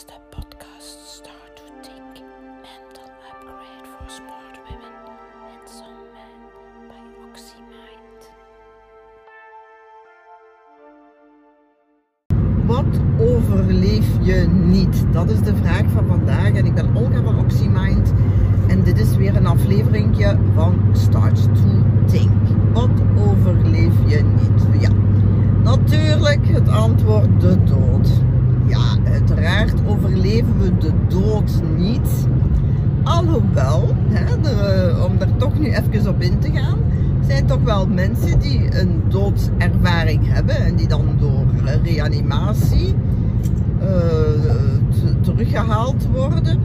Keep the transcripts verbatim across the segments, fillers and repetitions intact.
is de podcast Start to Think, Mental Upgrade for Smart Women and Some Men by OxyMind. Wat overleef je niet? Dat is de vraag van vandaag en ik ben Olga van OxyMind en dit is weer een afleveringje van Start to Think. Wat overleef je niet? Ja, natuurlijk het antwoord de dood. Ja, uiteraard overleven we de dood niet. Alhoewel, hè, de, om er toch nu even op in te gaan, zijn toch wel mensen die een doodservaring hebben en die dan door reanimatie uh, teruggehaald worden,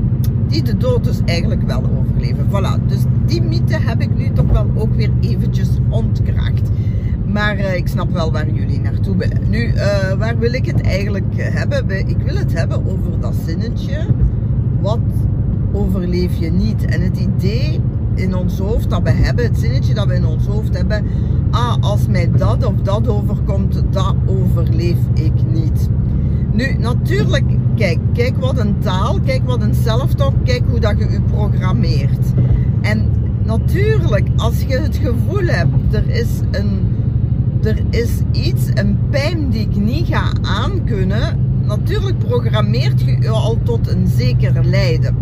die de dood dus eigenlijk wel overleven. Voilà, dus die mythe heb ik nu toch wel ook weer eventjes ontkracht. Maar uh, ik snap wel waar jullie naartoe willen. Nu, uh, waar wil ik het eigenlijk hebben? Ik wil het hebben over dat zinnetje. Wat overleef je niet? En het idee in ons hoofd dat we hebben, het zinnetje dat we in ons hoofd hebben. Ah, als mij dat of dat overkomt, dat overleef ik niet. Nu, natuurlijk, kijk, kijk wat een taal, kijk wat een self-talk, kijk hoe dat je je programmeert. En natuurlijk, als je het gevoel hebt, er is een... Er is iets, een pijn die ik niet ga aankunnen. Natuurlijk programmeert je je al tot een zeker lijden.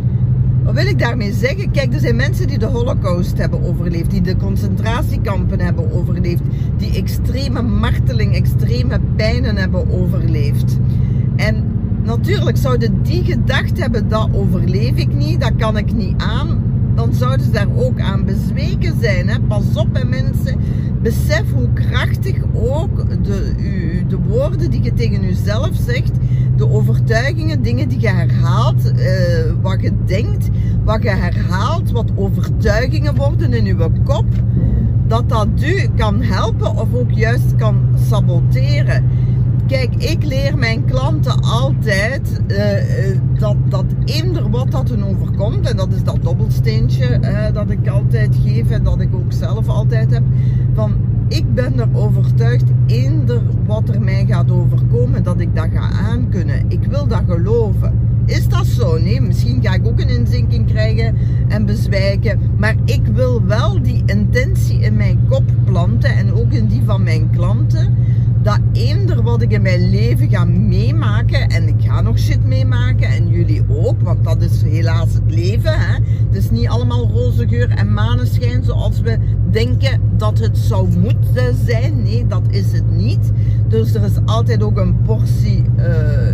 Wat wil ik daarmee zeggen? Kijk, er zijn mensen die de Holocaust hebben overleefd, die de concentratiekampen hebben overleefd, die extreme marteling, extreme pijnen hebben overleefd. En natuurlijk zouden die gedacht hebben, dat overleef ik niet, dat kan ik niet aan. Dan zouden ze daar ook aan bezweken zijn. Hè? Pas op hè, mensen. Besef hoe krachtig ook de, de woorden die je tegen jezelf zegt, de overtuigingen, dingen die je herhaalt, uh, wat je denkt, wat je herhaalt, wat overtuigingen worden in je kop, dat dat u kan helpen of ook juist kan saboteren. Kijk, ik leer mijn klanten altijd uh, dat, dat eender wat dat hun overkomt, en dat is dat dobbelsteentje uh, dat ik altijd geef en dat ik ook zelf altijd heb, van ik ben er overtuigd, eender wat er mij gaat overkomen, dat ik dat ga aankunnen. Ik wil dat geloven. Is dat zo? Nee, misschien ga ik ook een inzinking krijgen en bezwijken, maar ik wil wel die intentie in mijn kop planten en ook in die van mijn klanten, dat eender wat ik in mijn leven ga meemaken, en ik ga nog shit meemaken en jullie ook, want dat is helaas het leven, hè? Het is niet allemaal roze geur en maneschijn zoals we denken dat het zou moeten zijn. Nee, dat is het niet. Dus er is altijd ook een portie uh,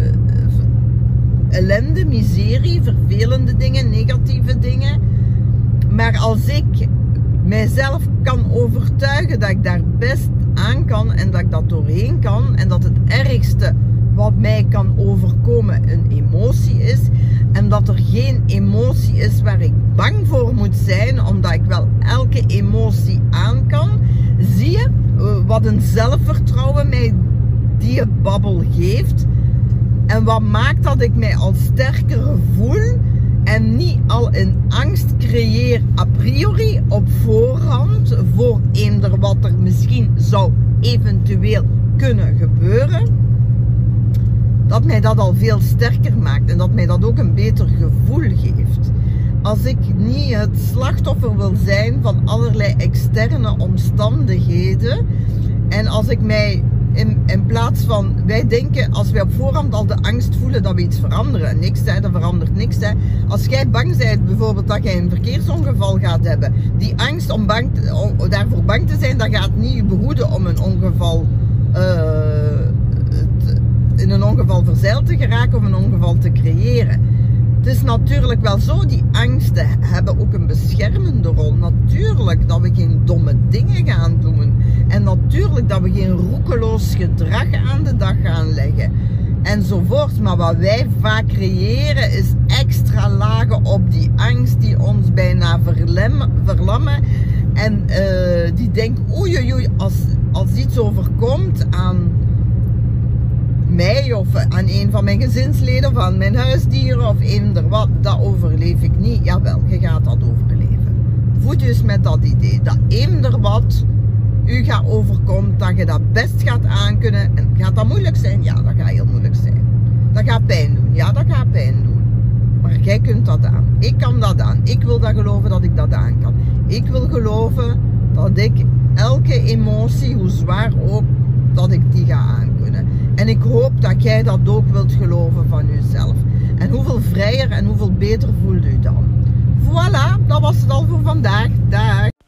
ellende, miserie, vervelende dingen, negatieve dingen. Maar als ik mijzelf kan overtuigen dat ik daar best aan kan en dat ik dat doorheen kan en dat het ergste wat mij kan overkomen een emotie is en dat er geen emotie is waar ik bang voor moet zijn, omdat ik wel elke emotie aan kan, zie je wat een zelfvertrouwen mij die babbel geeft en wat maakt dat ik mij al sterker voel en niet al een angst creëer a priori op voorhand voor eender wat er misschien zou eventueel kunnen gebeuren. Dat mij dat al veel sterker maakt en dat mij dat ook een beter gevoel geeft. Als ik niet het slachtoffer wil zijn van allerlei externe omstandigheden en als ik mij In, in plaats van, wij denken, als wij op voorhand al de angst voelen dat we iets veranderen. Niks, hè, dat verandert niks. Hè. Als jij bang bent, bijvoorbeeld dat jij een verkeersongeval gaat hebben. Die angst om, bang te, om daarvoor bang te zijn, dat gaat niet je behoeden om een ongeval, uh, te, in een ongeval verzeild te geraken of een ongeval te creëren. Het is natuurlijk wel zo, die angsten hebben ook een beschermende rol. Natuurlijk dat we geen domme dingen gaan doen. En natuurlijk dat we geen roekeloos gedrag aan de dag gaan leggen. Enzovoort. Maar wat wij vaak creëren is extra lagen op die angst die ons bijna verlemmen, verlammen. En uh, die denken, oei oei oei, als, als iets overkomt aan mij of aan een van mijn gezinsleden of aan mijn huisdieren of eender wat, dat overleef ik niet. Jawel, je gaat dat overleven. Voed dus met dat idee dat eender wat u gaat overkomen, dat je dat best gaat aankunnen. En gaat dat moeilijk zijn? Ja, dat gaat heel moeilijk zijn. Dat gaat pijn doen. Ja, dat gaat pijn doen. Maar jij kunt dat aan. Ik kan dat aan. Ik wil dat geloven dat ik dat aan kan. Ik wil geloven dat ik elke emotie, hoe zwaar ook, dat ik die ga aankunnen. En ik hoop dat jij dat ook wilt geloven van jezelf. En hoeveel vrijer en hoeveel beter voelt u dan? Voilà, dat was het al voor vandaag. Dag!